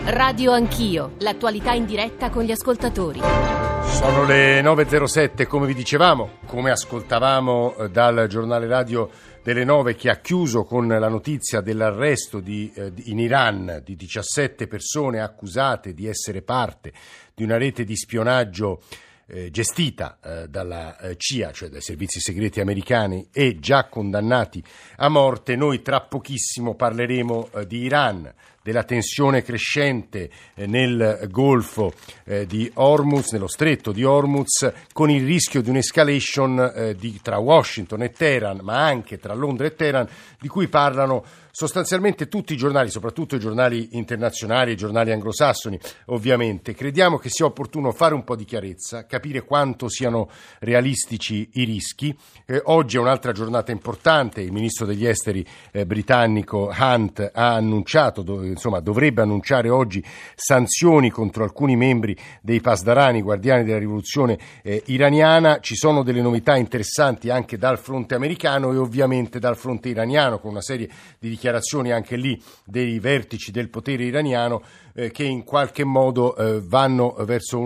Radio Anch'io, l'attualità in diretta con gli ascoltatori. Sono le 9.07, come vi dicevamo, come ascoltavamo dal giornale radio delle 9 che ha chiuso con la notizia dell'arresto in Iran di 17 persone accusate di essere parte di una rete di spionaggio gestita dalla CIA, cioè dai servizi segreti americani, e già condannati a morte. Noi tra pochissimo parleremo di Iran, della tensione crescente nel Golfo di Hormuz, nello stretto di Hormuz, con il rischio di un'escalation tra Washington e Teheran, ma anche tra Londra e Teheran, di cui parlano sostanzialmente tutti i giornali, soprattutto i giornali internazionali, i giornali anglosassoni, ovviamente. Crediamo che sia opportuno fare un po' di chiarezza, capire quanto siano realistici i rischi. Oggi è un'altra giornata importante, il ministro degli esteri britannico Hunt ha annunciato, dovrebbe annunciare oggi sanzioni contro alcuni membri dei Pasdarani, guardiani della rivoluzione iraniana. Ci sono delle novità interessanti anche dal fronte americano e ovviamente dal fronte iraniano, con una serie di dichiarazioni anche lì dei vertici del potere iraniano che in qualche modo vanno verso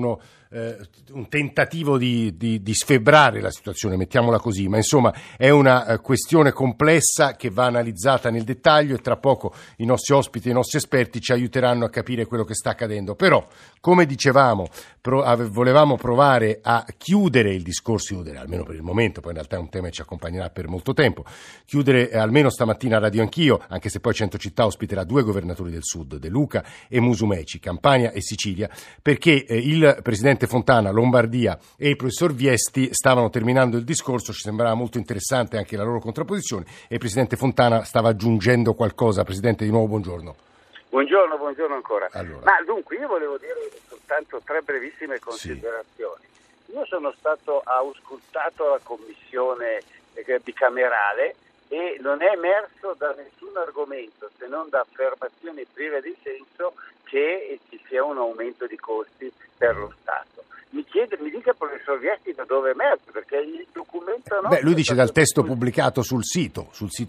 un tentativo di sfebrare la situazione, mettiamola così, ma insomma è una questione complessa che va analizzata nel dettaglio e tra poco i nostri ospiti e i nostri esperti ci aiuteranno a capire quello che sta accadendo. Però, come dicevamo, volevamo provare a chiudere il discorso, almeno per il momento, poi in realtà è un tema che ci accompagnerà per molto tempo, chiudere almeno stamattina a Radio Anch'io, anche se poi Cento Città ospiterà due governatori del Sud, De Luca e Musumeci, Campania e Sicilia, perché il presidente Fontana, Lombardia, e il professor Viesti stavano terminando il discorso. Ci sembrava molto interessante anche la loro contrapposizione e il presidente Fontana stava aggiungendo qualcosa. Presidente, di nuovo buongiorno. Buongiorno ancora. Allora. Ma dunque io volevo dire soltanto tre brevissime considerazioni. Sì. Io sono stato auscultato alla commissione bicamerale e non è emerso da nessun argomento, se non da affermazioni prive di senso, che ci sia un aumento di costi per lo Stato. Mi dica professor Viesti da dove emerge, perché il documento lui dice dal testo pubblicato sul sito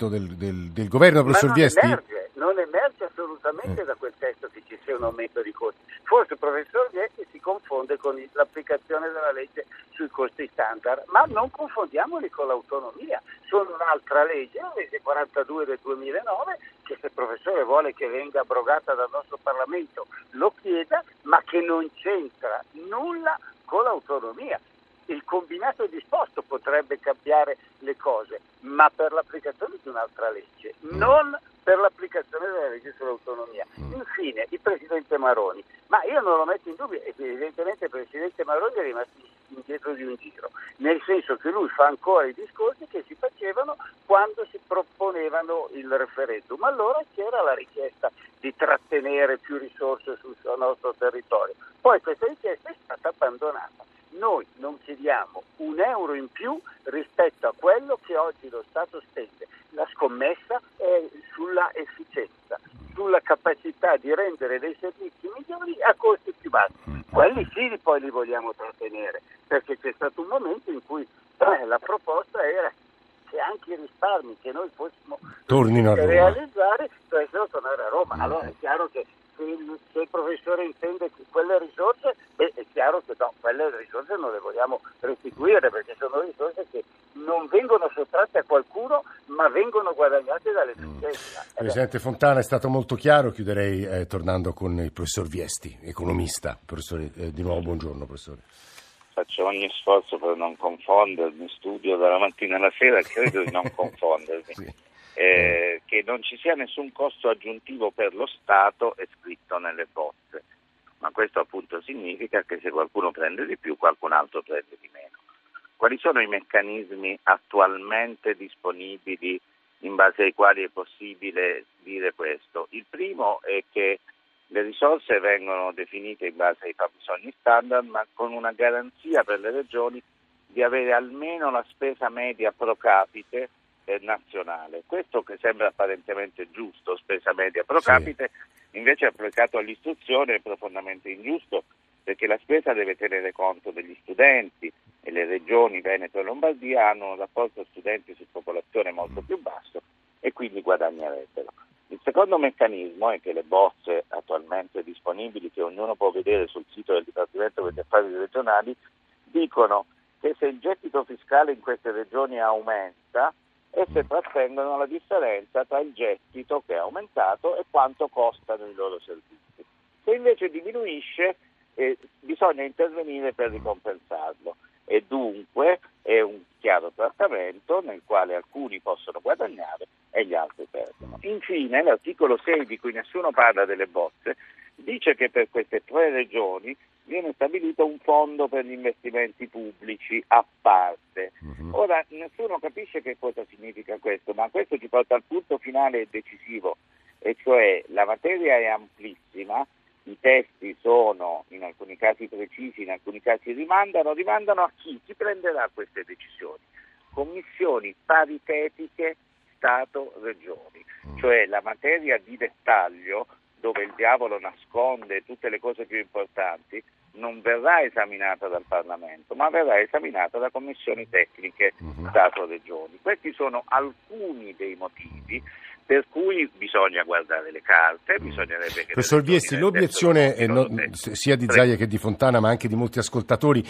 del governo, professor Viesti. Non emerge assolutamente da quel testo che ci sia un aumento di costi. Forse il professor Viesti si confonde con l'applicazione della legge sui costi standard, ma non confondiamoli con l'autonomia. Sono un'altra legge, la legge 42 del 2009, che se il professore vuole che venga abrogata dal nostro Parlamento lo chieda, ma che non c'entra nulla con l'autonomia. Il combinato disposto potrebbe cambiare le cose, ma per l'applicazione di un'altra legge, non per l'applicazione della legge sull'autonomia. Infine, il Presidente Maroni, ma io non lo metto in dubbio, evidentemente il Presidente Maroni è rimasto indietro di un giro, nel senso che lui fa ancora i discorsi che si facevano quando si proponevano il referendum. Allora c'era la richiesta di trattenere più risorse sul nostro territorio, poi questa richiesta è stata abbandonata. Noi non chiediamo un euro in più rispetto a quello che oggi lo Stato spende. La scommessa è sulla efficienza, sulla capacità di rendere dei servizi migliori a costi più bassi. Quelli sì poi li vogliamo trattenere, perché c'è stato un momento in cui la proposta era che anche i risparmi che noi fossimo tornino a realizzare dovessero tornare a Roma. Allora è chiaro che se il professore intende quelle risorse, è chiaro che no, quelle risorse non le vogliamo restituire, perché sono risorse che non vengono sottratte a qualcuno, ma vengono guadagnate dall'efficienza. Presidente Fontana, è stato molto chiaro. Chiuderei tornando con il professor Viesti, economista. Professore, di nuovo buongiorno, professore. Faccio ogni sforzo per non confondermi, studio dalla mattina alla sera e credo di non confondermi. Sì. Che non ci sia nessun costo aggiuntivo per lo Stato è scritto nelle bozze, ma questo appunto significa che se qualcuno prende di più, qualcun altro prende di meno. Quali sono i meccanismi attualmente disponibili in base ai quali è possibile dire questo? Il primo è che le risorse vengono definite in base ai fabbisogni standard, ma con una garanzia per le regioni di avere almeno la spesa media pro capite nazionale. Questo che sembra apparentemente giusto, spesa media pro capite, invece applicato all'istruzione è profondamente ingiusto, perché la spesa deve tenere conto degli studenti e le regioni Veneto e Lombardia hanno un rapporto studenti su popolazione molto più basso e quindi guadagnerebbero. Il secondo secondo meccanismo è che le bozze attualmente disponibili, che ognuno può vedere sul sito del Dipartimento per gli Affari Regionali, dicono che se il gettito fiscale in queste regioni aumenta, esse trattengono la differenza tra il gettito che è aumentato e quanto costano i loro servizi. Se invece diminuisce, bisogna intervenire per ricompensarlo, e dunque è un chiaro trattamento nel quale alcuni possono guadagnare e gli altri perdono. Infine, l'articolo 6, di cui nessuno parla delle bozze, dice che per queste 3 regioni viene stabilito un fondo per gli investimenti pubblici a parte. Ora, nessuno capisce che cosa significa questo, ma questo ci porta al punto finale e decisivo, e cioè la materia è amplissima, i testi sono in alcuni casi precisi, in alcuni casi rimandano a chi prenderà queste decisioni. Commissioni paritetiche Stato-Regioni, cioè la materia di dettaglio, dove il diavolo nasconde tutte le cose più importanti, non verrà esaminata dal Parlamento, ma verrà esaminata da commissioni tecniche Stato-Regioni. Questi sono alcuni dei motivi per cui bisogna guardare le carte, bisognerebbe che... Professor Viesti, l'obiezione sia di Zaia che di Fontana, ma anche di molti ascoltatori,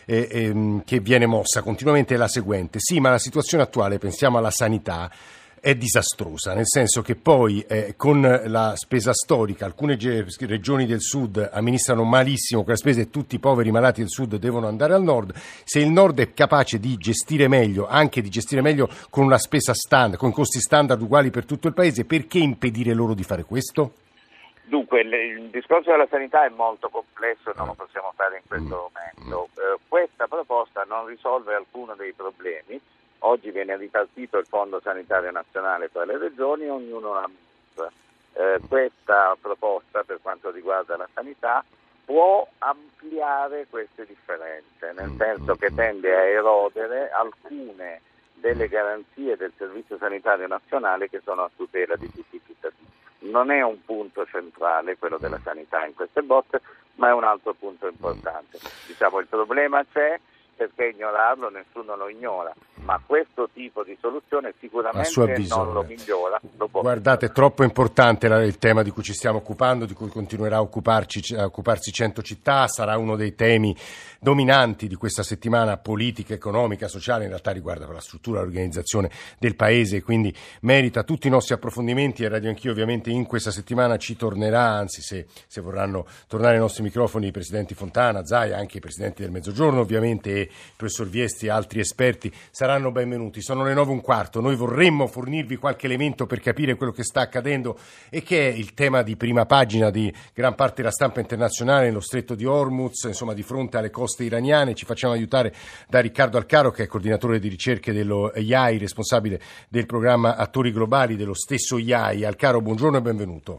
che viene mossa continuamente è la seguente: sì, ma la situazione attuale, pensiamo alla sanità, è disastrosa, nel senso che poi con la spesa storica alcune regioni del sud amministrano malissimo quella spesa e tutti i poveri malati del sud devono andare al nord. Se il nord è capace di gestire meglio, anche di gestire meglio con una spesa standard, con costi standard uguali per tutto il paese, perché impedire loro di fare questo? Dunque, il discorso della sanità è molto complesso e non lo possiamo fare in questo momento. Questa proposta non risolve alcuno dei problemi. Oggi viene ripartito il Fondo Sanitario Nazionale tra le regioni, ognuno la amministra. Questa proposta, per quanto riguarda la sanità, può ampliare queste differenze, nel senso che tende a erodere alcune delle garanzie del Servizio Sanitario Nazionale che sono a tutela di tutti i cittadini. Non è un punto centrale quello della sanità in queste bozze, ma è un altro punto importante. Diciamo, il problema c'è, perché ignorarlo nessuno lo ignora, ma questo tipo di soluzione sicuramente non lo migliora. Guardate, è troppo importante il tema di cui ci stiamo occupando, di cui continuerà a occuparsi 100 città, sarà uno dei temi dominanti di questa settimana politica, economica, sociale, in realtà riguarda la struttura, l'organizzazione del Paese, quindi merita tutti i nostri approfondimenti, e Radio Anch'io ovviamente in questa settimana ci tornerà, anzi se vorranno tornare ai nostri microfoni i presidenti Fontana, Zaia, anche i presidenti del Mezzogiorno ovviamente, e il professor Viesti e altri esperti saranno benvenuti. Sono le 9:15, noi vorremmo fornirvi qualche elemento per capire quello che sta accadendo e che è il tema di prima pagina di gran parte della stampa internazionale nello stretto di Hormuz, insomma di fronte alle coste iraniane. Ci facciamo aiutare da Riccardo Alcaro, che è coordinatore di ricerche dello IAI, responsabile del programma Attori Globali dello stesso IAI. Alcaro, buongiorno e benvenuto.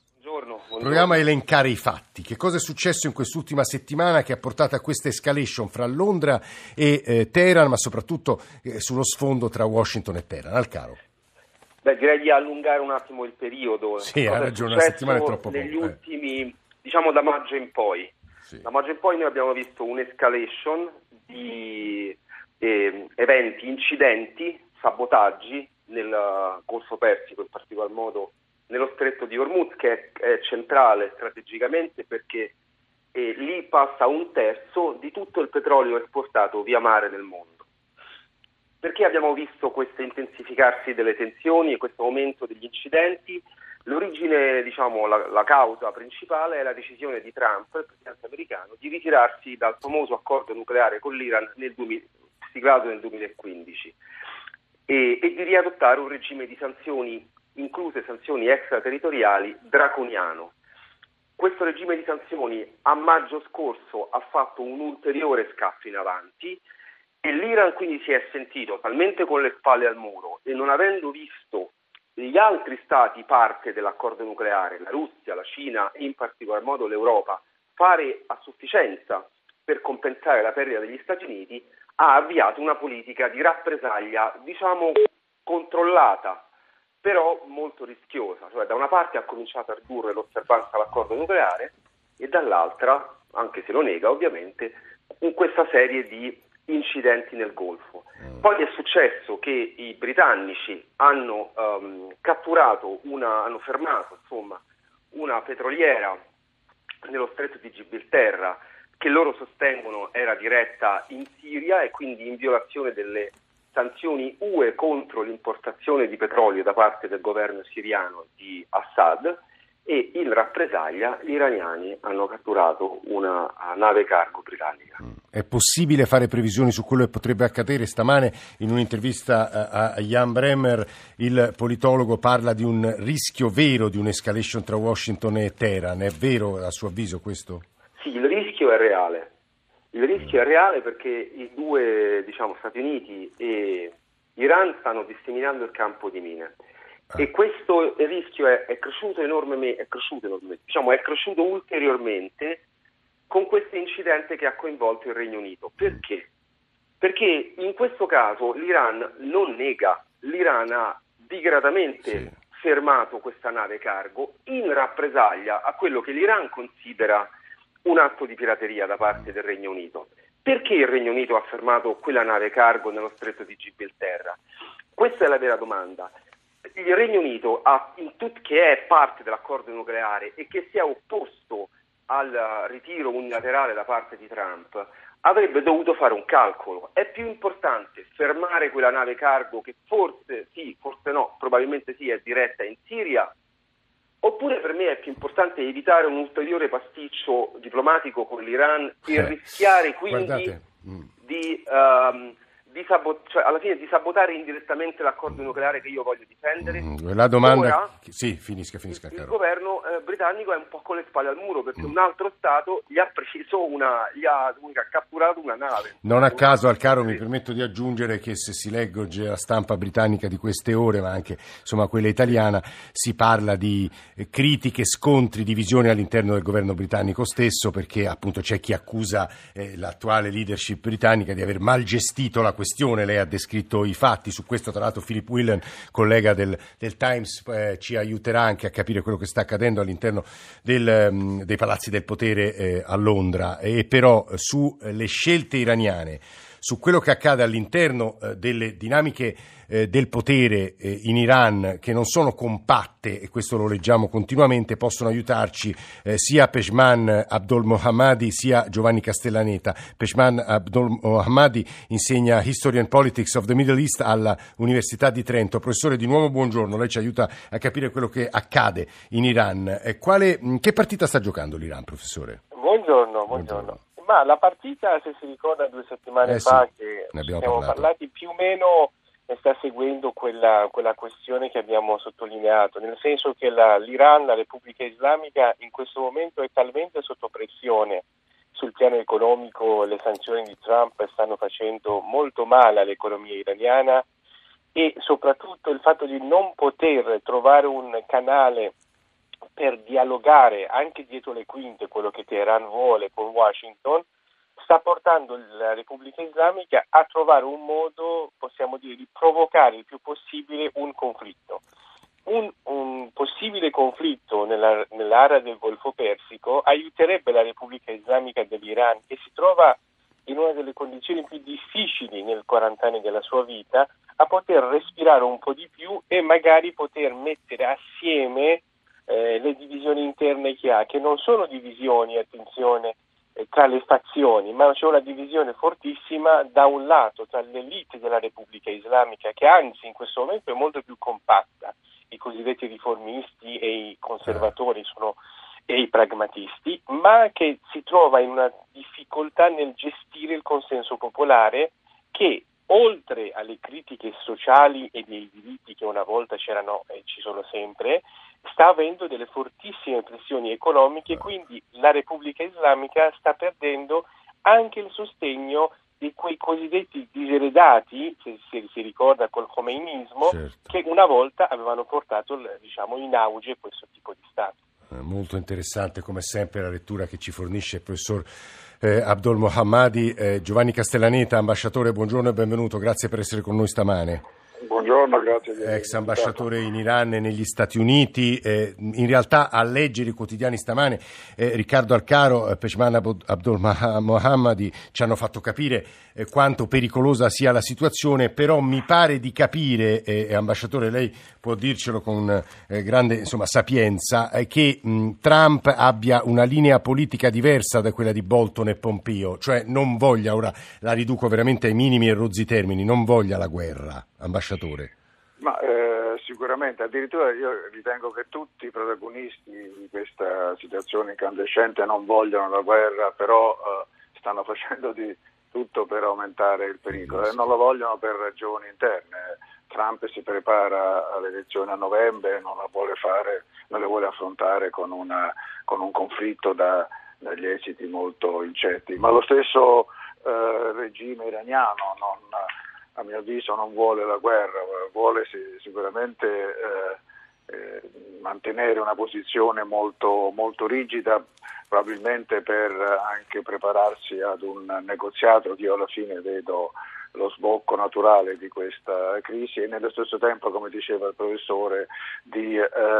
Proviamo a elencare i fatti. Che cosa è successo in quest'ultima settimana che ha portato a questa escalation fra Londra e Teheran, ma soprattutto sullo sfondo tra Washington e Teheran? Alcaro. Direi di allungare un attimo il periodo. Sì, ha ragione, una settimana è troppo poco. Negli ultimi, da maggio in poi. Sì. Da maggio in poi noi abbiamo visto un'escalation di eventi, incidenti, sabotaggi nel Golfo Persico, in particolar modo nello stretto di Hormuz, che è centrale strategicamente perché lì passa 1/3 di tutto il petrolio esportato via mare nel mondo. Perché abbiamo visto questo intensificarsi delle tensioni e questo aumento degli incidenti? L'origine, la causa principale è la decisione di Trump, il presidente americano, di ritirarsi dal famoso accordo nucleare con l'Iran siglato nel 2015 e di riadottare un regime di sanzioni, incluse sanzioni extraterritoriali, draconiano. Questo regime di sanzioni a maggio scorso ha fatto un ulteriore scatto in avanti e l'Iran quindi si è sentito talmente con le spalle al muro, e non avendo visto gli altri stati parte dell'accordo nucleare, la Russia, la Cina e in particolar modo l'Europa, fare a sufficienza per compensare la perdita degli Stati Uniti, ha avviato una politica di rappresaglia, controllata, però molto rischiosa. Cioè, da una parte ha cominciato a ridurre l'osservanza all'accordo nucleare e dall'altra, anche se lo nega ovviamente, in questa serie di incidenti nel Golfo. Poi è successo che i britannici hanno fermato una petroliera nello stretto di Gibilterra che loro sostengono era diretta in Siria e quindi in violazione delle sanzioni UE contro l'importazione di petrolio da parte del governo siriano di Assad, e in rappresaglia gli iraniani hanno catturato una nave cargo britannica. È possibile fare previsioni su quello che potrebbe accadere? Stamane in un'intervista a Jan Bremer il politologo parla di un rischio vero di un'escalation tra Washington e Teheran. È vero a suo avviso questo? Sì, il rischio è reale. Il rischio è reale perché i due, Stati Uniti e Iran stanno disseminando il campo di mine. E questo rischio è cresciuto enormemente, è cresciuto ulteriormente con questo incidente che ha coinvolto il Regno Unito. Perché? Perché in questo caso l'Iran non nega, l'Iran ha dichiaratamente fermato questa nave cargo in rappresaglia a quello che l'Iran considera un atto di pirateria da parte del Regno Unito. Perché il Regno Unito ha fermato quella nave cargo nello stretto di Gibilterra? Questa è la vera domanda. Il Regno Unito, che è parte dell'accordo nucleare e che si è opposto al ritiro unilaterale da parte di Trump, avrebbe dovuto fare un calcolo. È più importante fermare quella nave cargo che forse sì, forse no, probabilmente sì, è diretta in Siria, oppure per me è più importante evitare un ulteriore pasticcio diplomatico con l'Iran e rischiare quindi alla fine di sabotare indirettamente l'accordo nucleare che io voglio difendere. La domanda... Ora, finisca, il caro. governo britannico è un po' con le spalle al muro perché un altro Stato gli ha catturato una nave. Non a caso, al caro, mi permetto di aggiungere che se si legge la stampa britannica di queste ore, ma anche quella italiana, si parla di critiche, scontri, divisioni all'interno del governo britannico stesso, perché appunto c'è chi accusa l'attuale leadership britannica di aver mal gestito la questione. Lei ha descritto i fatti, su questo tra l'altro Philip Whelan, collega del Times, ci aiuterà anche a capire quello che sta accadendo all'interno dei palazzi del potere a Londra. E però sulle scelte iraniane, su quello che accade all'interno delle dinamiche del potere in Iran, che non sono compatte, e questo lo leggiamo continuamente, possono aiutarci sia Pejman Abdolmohammadi sia Giovanni Castellaneta. Pejman Abdolmohammadi insegna History and Politics of the Middle East alla Università di Trento. Professore, di nuovo buongiorno, lei ci aiuta a capire quello che accade in Iran. Che partita sta giocando l'Iran, professore? Buongiorno. Ma la partita, se si ricorda 2 settimane fa, che ne abbiamo siamo parlati, più o meno sta seguendo quella questione che abbiamo sottolineato, nel senso che l'Iran, la Repubblica Islamica, in questo momento è talmente sotto pressione sul piano economico, le sanzioni di Trump stanno facendo molto male all'economia iraniana, e soprattutto il fatto di non poter trovare un canale per dialogare anche dietro le quinte quello che Teheran vuole con Washington, sta portando la Repubblica Islamica a trovare un modo, possiamo dire, di provocare il più possibile un conflitto. Un possibile conflitto nell'area del Golfo Persico aiuterebbe la Repubblica Islamica dell'Iran, che si trova in una delle condizioni più difficili nel 40 anni della sua vita, a poter respirare un po' di più e magari poter mettere assieme le divisioni interne che ha, che non sono divisioni, attenzione, tra le fazioni, ma c'è una divisione fortissima da un lato tra l'elite della Repubblica Islamica, che anzi in questo momento è molto più compatta, i cosiddetti riformisti e i conservatori e i pragmatisti, ma che si trova in una difficoltà nel gestire il consenso popolare, che oltre alle critiche sociali e dei diritti che una volta c'erano e ci sono sempre, sta avendo delle fortissime pressioni economiche, quindi la Repubblica Islamica sta perdendo anche il sostegno di quei cosiddetti diseredati, se si ricorda col Khomeinismo, che una volta avevano portato in auge questo tipo di Stato. Molto interessante come sempre la lettura che ci fornisce il professor Abdolmohammadi. Giovanni Castellaneta, ambasciatore, buongiorno e benvenuto, grazie per essere con noi stamane. Buongiorno, grazie. Ex ambasciatore in Iran e negli Stati Uniti. In realtà a leggere i quotidiani stamane Riccardo Alcaro e Pejman Abdul Mohammadi ci hanno fatto capire quanto pericolosa sia la situazione, però mi pare di capire, ambasciatore, lei può dircelo con grande sapienza, che Trump abbia una linea politica diversa da quella di Bolton e Pompeo, cioè non voglia, ora la riduco veramente ai minimi e rozzi termini, non voglia la guerra, ambasciatore. Ma sicuramente, addirittura io ritengo che tutti i protagonisti di questa situazione incandescente non vogliono la guerra, però stanno facendo di tutto per aumentare il pericolo e non lo vogliono per ragioni interne. Trump si prepara alle elezioni a novembre, non le vuole affrontare con un conflitto dagli esiti molto incerti, ma lo stesso regime iraniano a mio avviso non vuole la guerra, vuole sicuramente mantenere una posizione molto, molto rigida, probabilmente per anche prepararsi ad un negoziato che io alla fine vedo lo sbocco naturale di questa crisi e nello stesso tempo, come diceva il professore, di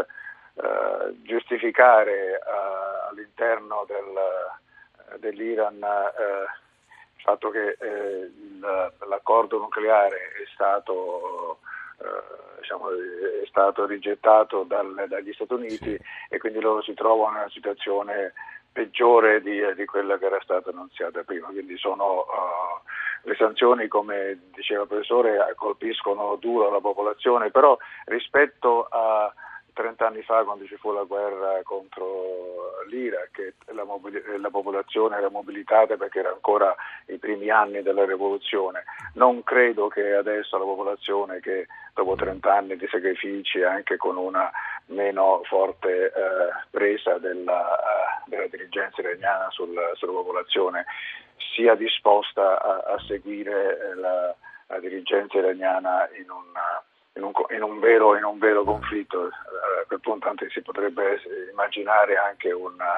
giustificare all'interno dell'Iran il fatto che l'accordo nucleare è stato rigettato dagli Stati Uniti e quindi loro si trovano in una situazione peggiore di quella che era stata annunziata prima. Quindi le sanzioni, come diceva il professore, colpiscono duro la popolazione, però rispetto a 30 anni fa, quando ci fu la guerra contro l'Iraq, la popolazione era mobilitata perché era ancora i primi anni della rivoluzione. Non credo che adesso la popolazione, che dopo 30 anni di sacrifici, anche con una meno forte presa della dirigenza iraniana sulla popolazione, sia disposta a seguire la dirigenza iraniana in un vero conflitto. A quel punto anche si potrebbe immaginare anche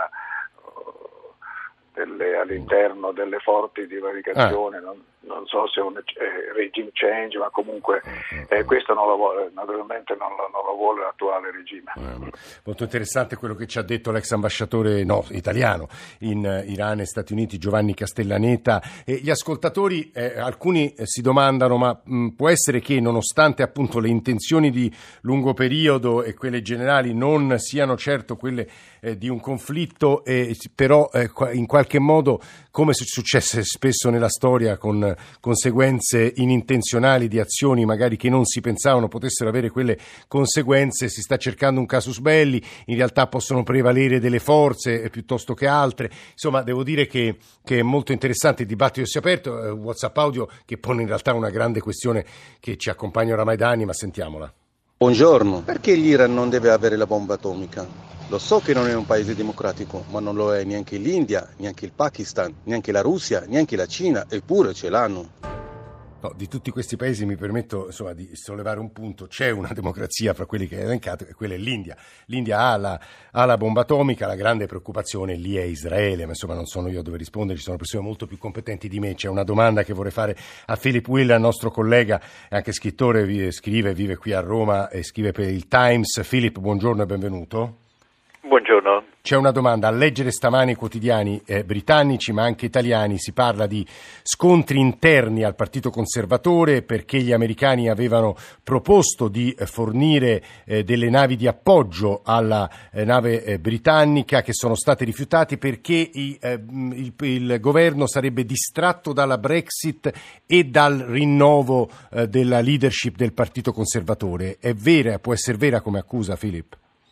all'interno delle forti divaricazioni, non so se un regime change, ma comunque questo non lo vuole, naturalmente non lo vuole l'attuale regime. Molto interessante quello che ci ha detto l'ex ambasciatore italiano in Iran e Stati Uniti, Giovanni Castellaneta. Gli ascoltatori, alcuni si domandano, ma può essere che nonostante appunto le intenzioni di lungo periodo e quelle generali non siano certo quelle di un conflitto, però in qualche modo, come successe spesso nella storia, con conseguenze inintenzionali di azioni magari che non si pensavano potessero avere quelle conseguenze, si sta cercando un casus belli, in realtà possono prevalere delle forze piuttosto che altre. Insomma, devo dire che è molto interessante il dibattito che si è aperto, WhatsApp audio che pone in realtà una grande questione che ci accompagna oramai da anni, ma sentiamola. Buongiorno, perché l'Iran non deve avere la bomba atomica? Lo so che non è un paese democratico, ma non lo è neanche l'India, neanche il Pakistan, neanche la Russia, neanche la Cina, eppure ce l'hanno. No, di tutti questi paesi mi permetto di sollevare un punto. C'è una democrazia fra quelli che hai elencato e quella è l'India. L'India ha la bomba atomica, la grande preoccupazione lì è Israele, ma non sono io a dover rispondere, ci sono persone molto più competenti di me. C'è una domanda che vorrei fare a Philip Whelan, nostro collega, è anche scrittore, vive qui a Roma e scrive per il Times. Philip, buongiorno e benvenuto. Buongiorno. C'è una domanda. A leggere stamani i quotidiani britannici ma anche italiani si parla di scontri interni al Partito Conservatore perché gli americani avevano proposto di fornire delle navi di appoggio alla nave britannica che sono state rifiutate perché il governo sarebbe distratto dalla Brexit e dal rinnovo della leadership del Partito Conservatore. È vera? Può essere vera come accusa, Philip?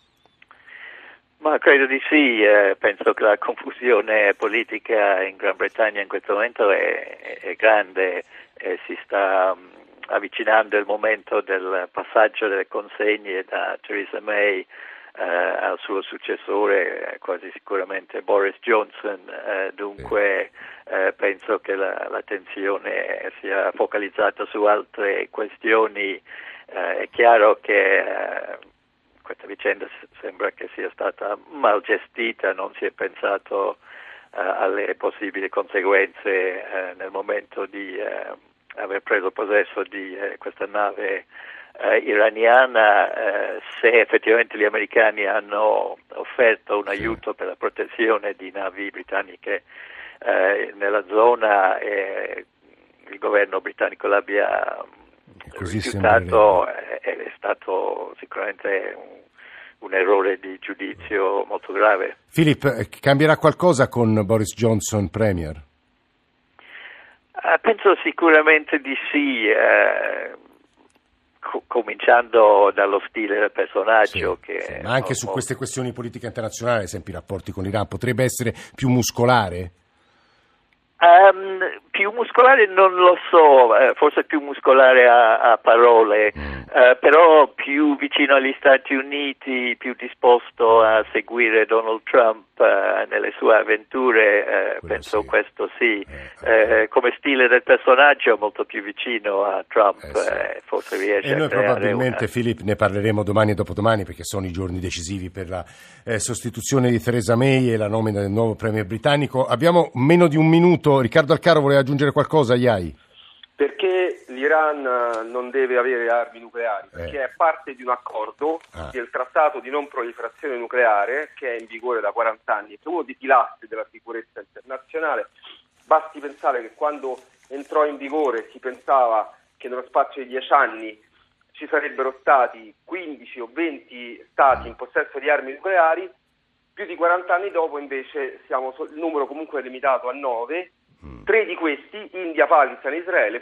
Ma credo di sì, penso che la confusione politica in Gran Bretagna in questo momento è grande, si sta avvicinando il momento del passaggio delle consegne da Theresa May al suo successore, quasi sicuramente Boris Johnson, dunque penso che l'attenzione sia focalizzata su altre questioni. È chiaro che questa vicenda sembra che sia stata mal gestita, non si è pensato alle possibili conseguenze nel momento di aver preso possesso di questa nave iraniana, se effettivamente gli americani hanno offerto un aiuto per la protezione di navi britanniche nella zona e il governo britannico l'abbia rifiutato, è stato sicuramente un errore di giudizio molto grave. Philip, cambierà qualcosa con Boris Johnson Premier? Penso sicuramente di sì, cominciando dallo stile del personaggio. Ma anche su queste questioni politiche internazionali, ad esempio i rapporti con l'Iran, potrebbe essere più muscolare? Più muscolare non lo so, forse più muscolare a parole, però più vicino agli Stati Uniti, più disposto a seguire Donald Trump nelle sue avventure, penso sì. Questo sì. Come stile del personaggio molto più vicino a Trump, forse riesce a noi probabilmente, una... Philip, ne parleremo domani e dopodomani perché sono i giorni decisivi per la sostituzione di Theresa May e la nomina del nuovo premier britannico. Abbiamo meno di un minuto. Riccardo Alcaro voleva aggiungere qualcosa, Iai? Perché l'Iran non deve avere armi nucleari? Perché è parte di un accordo del trattato di non proliferazione nucleare che è in vigore da 40 anni, che è uno dei pilastri della sicurezza internazionale. Basti pensare che quando entrò in vigore si pensava che nello spazio di 10 anni ci sarebbero stati 15 o 20 stati in possesso di armi nucleari. Più di 40 anni dopo invece il numero comunque è limitato a 9, 3 di questi, India, Pakistan e Israele,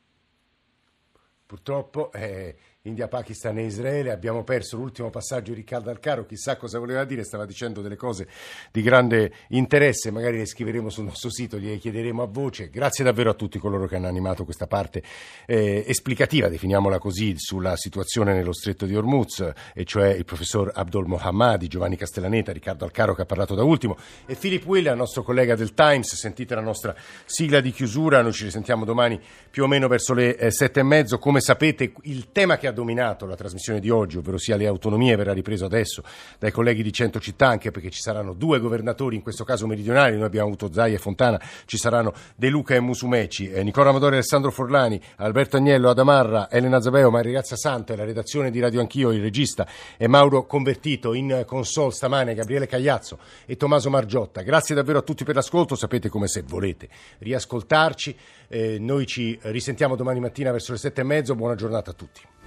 Purtroppo India, Pakistan e Israele. Abbiamo perso l'ultimo passaggio di Riccardo Alcaro, chissà cosa voleva dire, stava dicendo delle cose di grande interesse, magari le scriveremo sul nostro sito, gliele chiederemo a voce. Grazie davvero a tutti coloro che hanno animato questa parte esplicativa, definiamola così, sulla situazione nello stretto di Hormuz, e cioè il professor Abdol Mohammadi, Giovanni Castellaneta, Riccardo Alcaro che ha parlato da ultimo e Philip Whelan, nostro collega del Times. Sentite la nostra sigla di chiusura, noi ci risentiamo domani più o meno verso le 7:30. Come sapete, il tema che ha dominato la trasmissione di oggi, ovvero sia le autonomie, verrà ripreso adesso dai colleghi di 100 città, anche perché ci saranno 2 governatori, in questo caso meridionali. Noi abbiamo avuto Zaia e Fontana, ci saranno De Luca e Musumeci, Nicola Amadori, Alessandro Forlani, Alberto Agnello, Adamarra, Elena Zabeo, Maria Grazia Santo e la redazione di Radio Anch'io, il regista e Mauro Convertito, in console stamane Gabriele Cagliazzo e Tommaso Margiotta. Grazie davvero a tutti per l'ascolto. Sapete come, se volete riascoltarci, noi ci risentiamo domani mattina verso le 7:30. Buona giornata a tutti.